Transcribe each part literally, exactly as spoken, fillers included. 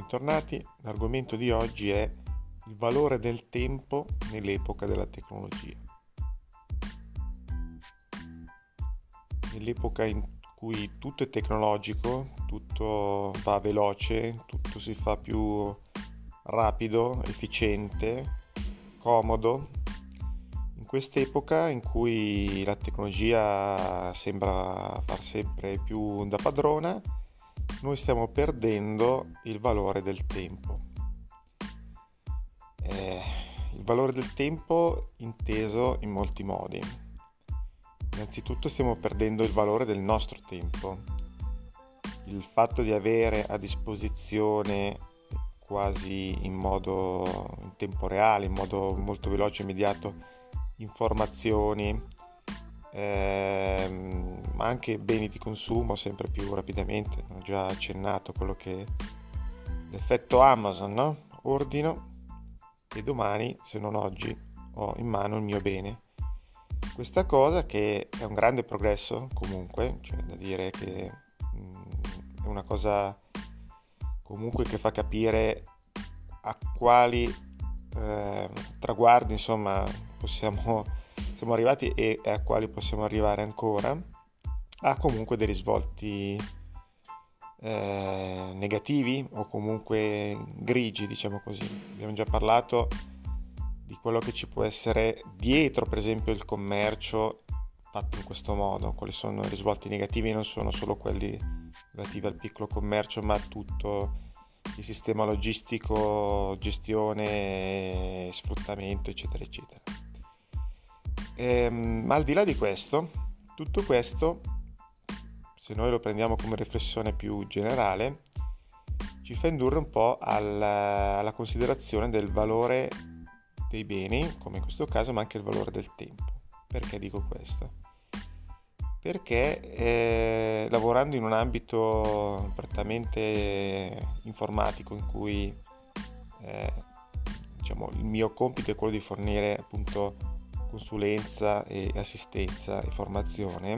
bentornati. L'argomento di oggi è il valore del tempo nell'epoca della tecnologia. Nell'epoca in cui tutto è tecnologico, tutto va veloce, tutto si fa più rapido, efficiente, comodo. In quest'epoca in cui la tecnologia sembra far sempre più da padrona, noi stiamo perdendo il valore del tempo. Eh, il valore del tempo inteso in molti modi. Innanzitutto stiamo perdendo il valore del nostro tempo. Il fatto di avere a disposizione quasi in modo in tempo reale, in modo molto veloce e immediato, informazioni, ehm, ma anche beni di consumo sempre più rapidamente. Ho già accennato quello che è l'effetto Amazon, no? Ordino e domani, se non oggi, ho in mano il mio bene. Questa cosa, che è un grande progresso comunque, cioè da dire che mh, è una cosa comunque che fa capire a quali eh, traguardi insomma possiamo siamo arrivati e a quali possiamo arrivare ancora, ha comunque dei risvolti eh, negativi o comunque grigi, diciamo così. Abbiamo già parlato di quello che ci può essere dietro, per esempio, il commercio fatto in questo modo. Quali sono i risvolti negativi? Non sono solo quelli relativi al piccolo commercio, ma tutto il sistema logistico, gestione, sfruttamento, eccetera, eccetera. Ehm, ma al di là di questo, tutto questo, se noi lo prendiamo come riflessione più generale, ci fa indurre un po' alla, alla considerazione del valore dei beni, come in questo caso, ma anche il valore del tempo. Perché dico questo? Perché eh, lavorando in un ambito prettamente informatico, in cui eh, diciamo il mio compito è quello di fornire appunto consulenza e assistenza e formazione,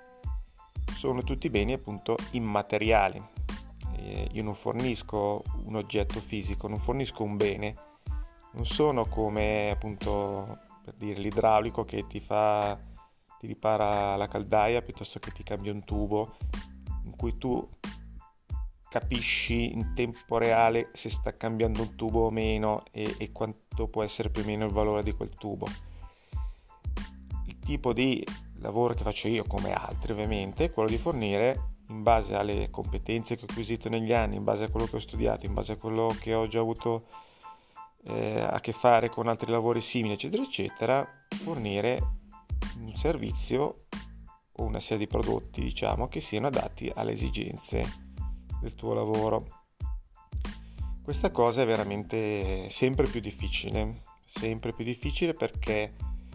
sono tutti beni appunto immateriali. Eh, io non fornisco un oggetto fisico, non fornisco un bene, non sono come appunto, per dire, l'idraulico che ti fa ti ripara la caldaia piuttosto che ti cambia un tubo, in cui tu capisci in tempo reale se sta cambiando un tubo o meno e, e quanto può essere più o meno il valore di quel tubo. Il tipo di lavoro che faccio io, come altri ovviamente, è quello di fornire, in base alle competenze che ho acquisito negli anni, in base a quello che ho studiato, in base a quello che ho già avuto eh, a che fare con altri lavori simili, eccetera eccetera, fornire un servizio o una serie di prodotti, diciamo, che siano adatti alle esigenze del tuo lavoro. Questa cosa è veramente sempre più difficile, sempre più difficile perché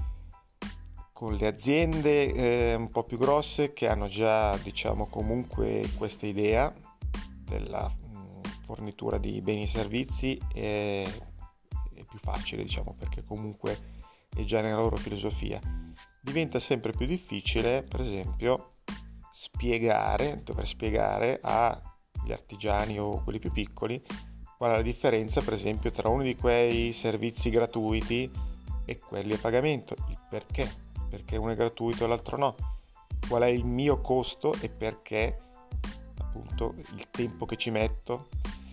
con le aziende eh, un po' più grosse, che hanno già, diciamo, comunque questa idea della mh, fornitura di beni e servizi, è, è più facile, diciamo, perché comunque è già nella loro filosofia. Diventa sempre più difficile, per esempio, spiegare, dover spiegare agli artigiani o quelli più piccoli qual è la differenza, per esempio, tra uno di quei servizi gratuiti e quelli a pagamento, il perché, perché uno è gratuito e l'altro no, qual è il mio costo e perché appunto il tempo che ci metto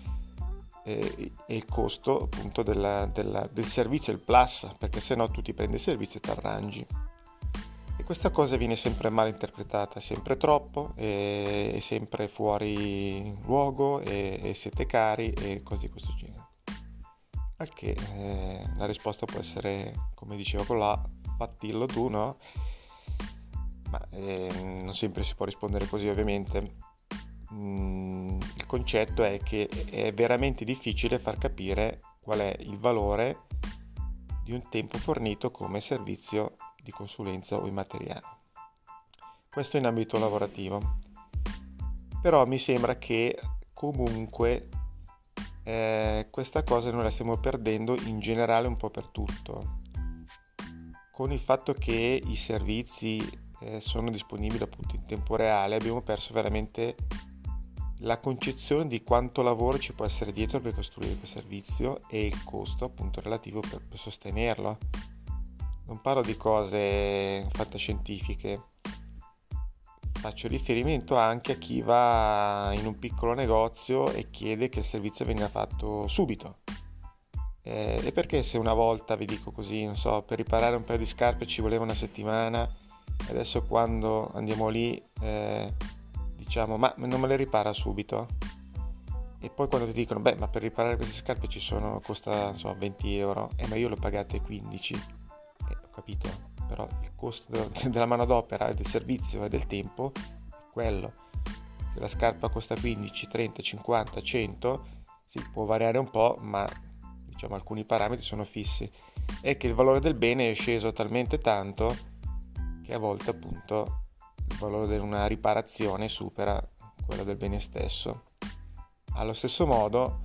e il costo appunto della, della, del servizio, il plus, perché se no tu ti prendi il servizio e ti arrangi. E questa cosa viene sempre mal interpretata, sempre troppo, e, è sempre fuori luogo, e, e siete cari e cose di questo genere. Al che eh, la risposta può essere, come dicevo con la fattillo tu, no? Ma eh, non sempre si può rispondere così, ovviamente. Mm, il concetto è che è veramente difficile far capire qual è il valore di un tempo fornito come servizio di consulenza o immateriale. Questo in ambito lavorativo. Però mi sembra che comunque eh, questa cosa noi la stiamo perdendo in generale un po' per tutto. Con il fatto che i servizi eh, sono disponibili appunto in tempo reale, abbiamo perso veramente la concezione di quanto lavoro ci può essere dietro per costruire quel servizio e il costo appunto relativo per, per sostenerlo. Non parlo di cose fantascientifiche, faccio riferimento anche a chi va in un piccolo negozio e chiede che il servizio venga fatto subito. Eh, e perché se una volta, vi dico così, non so, per riparare un paio di scarpe ci voleva una settimana, adesso quando andiamo lì eh, diciamo ma non me le ripara subito? E poi quando ti dicono beh ma per riparare queste scarpe ci sono, costa non so, venti euro, eh ma io le ho pagate quindici, eh, ho capito, però il costo de- della manodopera, del servizio e del tempo è quello. Se la scarpa costa quindici, trenta, cinquanta, cento, sì, può variare un po', ma diciamo alcuni parametri sono fissi. È che il valore del bene è sceso talmente tanto che a volte appunto il valore di una riparazione supera quello del bene stesso. Allo stesso modo,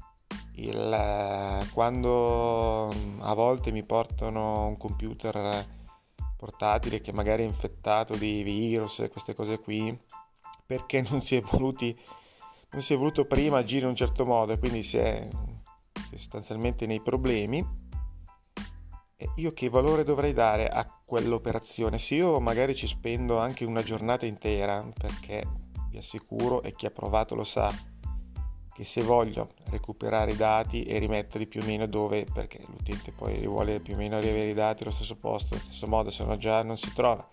il, quando a volte mi portano un computer portatile che magari è infettato di virus e queste cose qui, perché non si è voluti non si è voluto prima agire in un certo modo e quindi si è, si è sostanzialmente nei problemi. E io che valore dovrei dare a quell'operazione? Se io magari ci spendo anche una giornata intera, perché vi assicuro, e chi ha provato lo sa, che se voglio recuperare i dati e rimetterli più o meno dove, perché l'utente poi vuole più o meno riavere i dati allo stesso posto, allo stesso modo, se no già non si trova,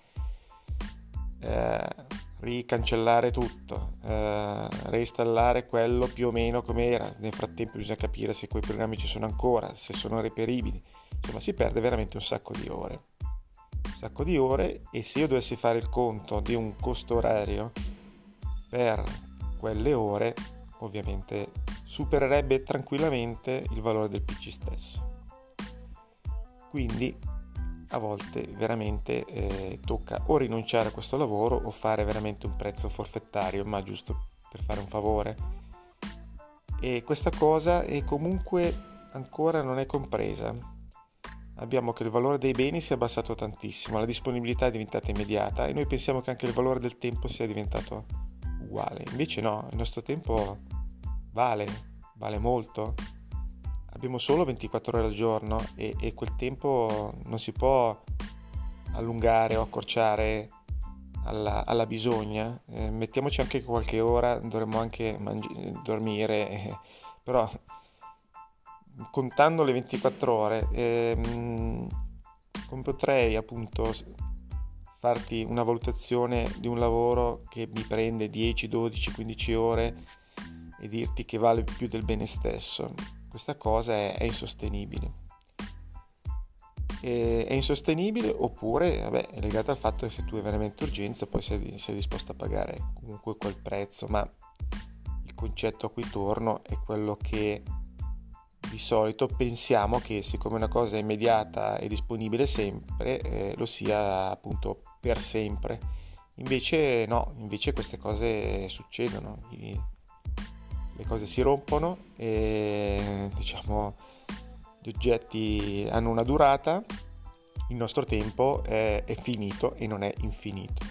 eh, ricancellare tutto, eh, reinstallare quello più o meno come era, nel frattempo bisogna capire se quei programmi ci sono ancora, se sono reperibili, insomma si perde veramente un sacco di ore, un sacco di ore e se io dovessi fare il conto di un costo orario per quelle ore, ovviamente supererebbe tranquillamente il valore del P C stesso. Quindi a volte veramente eh, tocca o rinunciare a questo lavoro o fare veramente un prezzo forfettario, ma giusto per fare un favore. E questa cosa è comunque ancora non è compresa. Abbiamo che il valore dei beni si è abbassato tantissimo, la disponibilità è diventata immediata e noi pensiamo che anche il valore del tempo sia diventato uguale. Invece no, il nostro tempo vale, vale molto. Abbiamo solo ventiquattro ore al giorno e, e quel tempo non si può allungare o accorciare alla, alla bisogna. Eh, mettiamoci anche qualche ora, dovremmo anche mangi- dormire, eh, però contando le ventiquattro ore, ehm, come potrei appunto farti una valutazione di un lavoro che mi prende dieci, dodici, quindici ore e dirti che vale più del bene stesso? Questa cosa è, è insostenibile. E, è insostenibile oppure vabbè, è legata al fatto che se tu hai veramente urgenza poi sei, sei disposto a pagare comunque quel prezzo, ma il concetto a cui torno è quello che di solito pensiamo che siccome una cosa è immediata e disponibile sempre, eh, lo sia appunto per sempre. Invece no, invece queste cose succedono, I, le cose si rompono e diciamo gli oggetti hanno una durata, il nostro tempo è, è finito e non è infinito.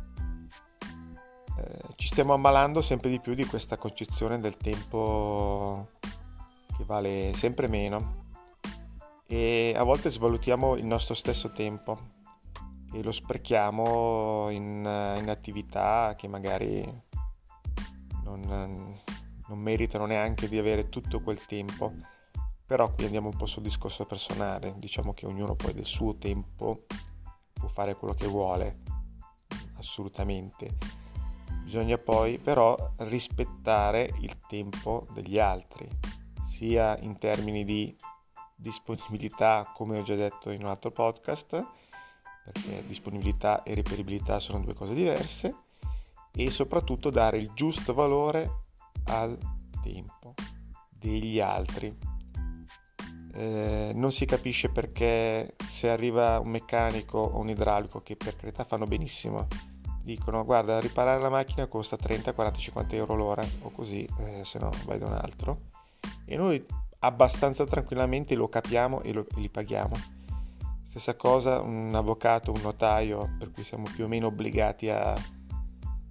Eh, ci stiamo ammalando sempre di più di questa concezione del tempo che vale sempre meno e a volte svalutiamo il nostro stesso tempo e lo sprechiamo in, in attività che magari non, non meritano neanche di avere tutto quel tempo. Però qui andiamo un po' sul discorso personale, diciamo che ognuno poi del suo tempo può fare quello che vuole, assolutamente. Bisogna poi però rispettare il tempo degli altri, sia in termini di disponibilità, come ho già detto in un altro podcast, perché disponibilità e reperibilità sono due cose diverse, e soprattutto dare il giusto valore al tempo degli altri. Eh, non si capisce perché se arriva un meccanico o un idraulico, che per carità fanno benissimo, dicono guarda riparare la macchina costa trenta, quaranta, cinquanta euro l'ora o così, eh, se no vai da un altro, e noi abbastanza tranquillamente lo capiamo e, lo, e li paghiamo. Stessa cosa un avvocato, un notaio, per cui siamo più o meno obbligati a, a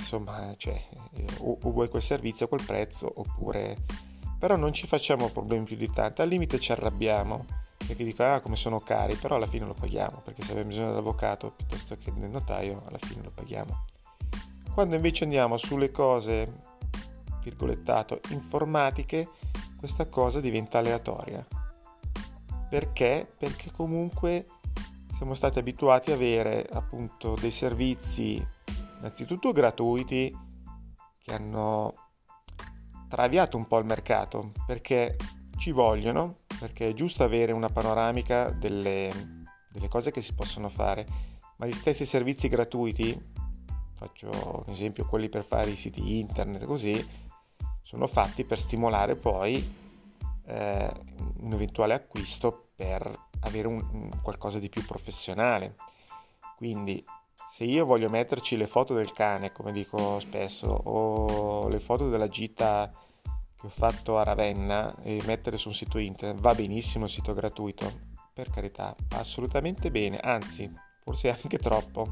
insomma, cioè, o, o vuoi quel servizio a quel prezzo oppure... Però non ci facciamo problemi più di tanto, al limite ci arrabbiamo, perché dico, ah, come sono cari, però alla fine lo paghiamo, perché se abbiamo bisogno dell'avvocato piuttosto che del notaio, alla fine lo paghiamo. Quando invece andiamo sulle cose, virgolettato, informatiche, questa cosa diventa aleatoria. Perché? Perché comunque siamo stati abituati a avere appunto dei servizi innanzitutto gratuiti che hanno traviato un po' il mercato, perché ci vogliono, perché è giusto avere una panoramica delle, delle cose che si possono fare, ma gli stessi servizi gratuiti, faccio un esempio, quelli per fare i siti internet così, sono fatti per stimolare poi eh, un eventuale acquisto per avere un, un qualcosa di più professionale. Quindi se io voglio metterci le foto del cane, come dico spesso, o le foto della gita che ho fatto a Ravenna e mettere su un sito internet, va benissimo il sito gratuito, per carità, assolutamente bene, anzi, forse anche troppo.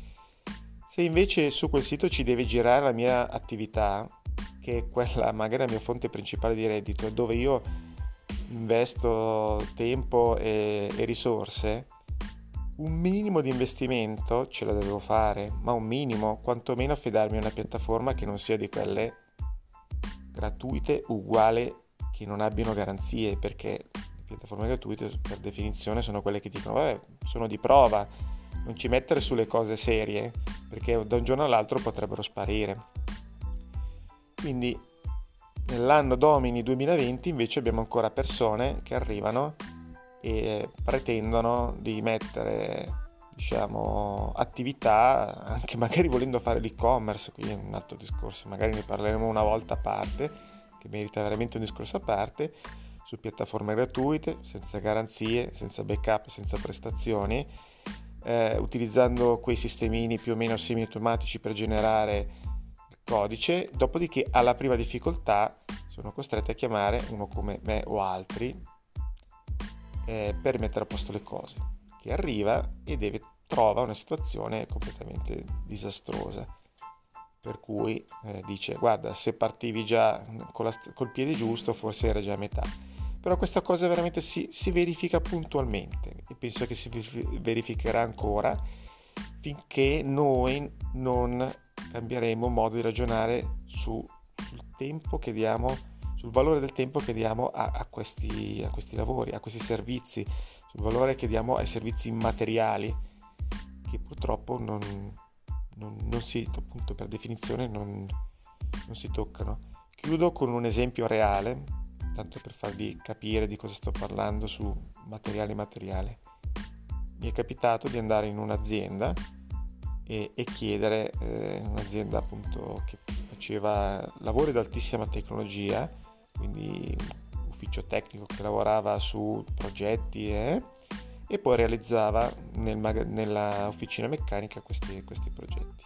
Se invece su quel sito ci deve girare la mia attività, che è quella magari la mia fonte principale di reddito, dove io investo tempo e, e risorse, un minimo di investimento ce lo devo fare, ma un minimo, quantomeno affidarmi a una piattaforma che non sia di quelle gratuite uguale, che non abbiano garanzie, perché le piattaforme gratuite per definizione sono quelle che dicono vabbè, sono di prova, non ci mettere sulle cose serie, perché da un giorno all'altro potrebbero sparire. Quindi nell'anno Domini duemilaventi invece abbiamo ancora persone che arrivano e pretendono di mettere, diciamo, attività, anche magari volendo fare l'e-commerce, quindi è un altro discorso, magari ne parleremo una volta a parte, che merita veramente un discorso a parte, su piattaforme gratuite, senza garanzie, senza backup, senza prestazioni, eh, utilizzando quei sistemini più o meno semi-automatici per generare il codice, dopodiché alla prima difficoltà sono costretti a chiamare uno come me o altri Eh, per mettere a posto le cose, che arriva e deve trova una situazione completamente disastrosa, per cui eh, dice guarda, se partivi già con la, col piede giusto forse era già a metà. Però questa cosa veramente si, si verifica puntualmente e penso che si verificherà ancora finché noi non cambieremo modo di ragionare su, sul tempo che diamo, sul valore del tempo che diamo a, a, questi, a questi lavori, a questi servizi, sul valore che diamo ai servizi immateriali, che purtroppo non, non, non si, appunto per definizione, non, non si toccano. Chiudo con un esempio reale, tanto per farvi capire di cosa sto parlando su materiale materiale. Mi è capitato di andare in un'azienda e, e chiedere, eh, un'azienda appunto che faceva lavori di altissima tecnologia, quindi ufficio tecnico che lavorava su progetti eh, e poi realizzava nel mag- nella officina meccanica questi, questi progetti.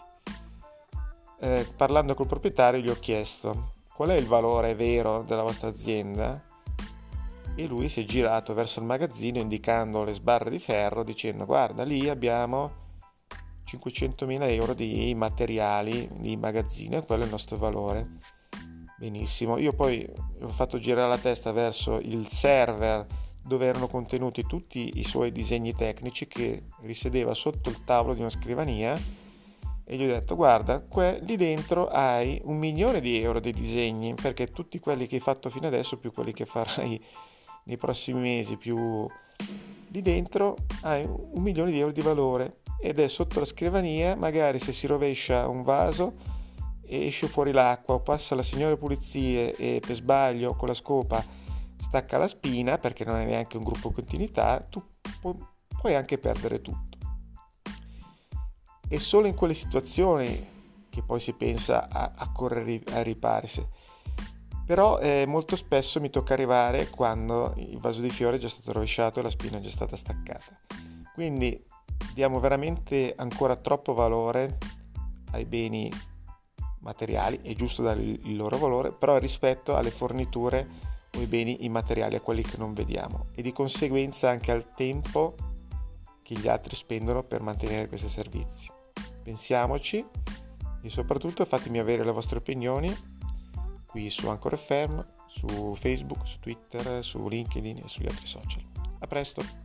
Eh, parlando col proprietario gli ho chiesto qual è il valore vero della vostra azienda e lui si è girato verso il magazzino indicando le sbarre di ferro dicendo guarda, lì abbiamo cinquecentomila euro di materiali di magazzino e quello è il nostro valore. Benissimo, io poi ho fatto girare la testa verso il server dove erano contenuti tutti i suoi disegni tecnici, che risiedeva sotto il tavolo di una scrivania, e gli ho detto guarda, que- lì dentro hai un milione di euro di disegni, perché tutti quelli che hai fatto fino adesso più quelli che farai nei prossimi mesi, più lì dentro hai un milione di euro di valore, ed è sotto la scrivania, magari se si rovescia un vaso esce fuori l'acqua o passa la signora pulizie e per sbaglio con la scopa stacca la spina, perché non è neanche un gruppo continuità, tu pu- puoi anche perdere tutto. E solo in quelle situazioni che poi si pensa a, a correre a ripari. Però eh, molto spesso mi tocca arrivare quando il vaso di fiore è già stato rovesciato e la spina è già stata staccata. Quindi diamo veramente ancora troppo valore ai beni materiali, è giusto dare il loro valore, però rispetto alle forniture o ai beni immateriali, a quelli che non vediamo, e di conseguenza anche al tempo che gli altri spendono per mantenere questi servizi. Pensiamoci e soprattutto fatemi avere le vostre opinioni qui su Anchor F M, su Facebook, su Twitter, su LinkedIn e sugli altri social. A presto!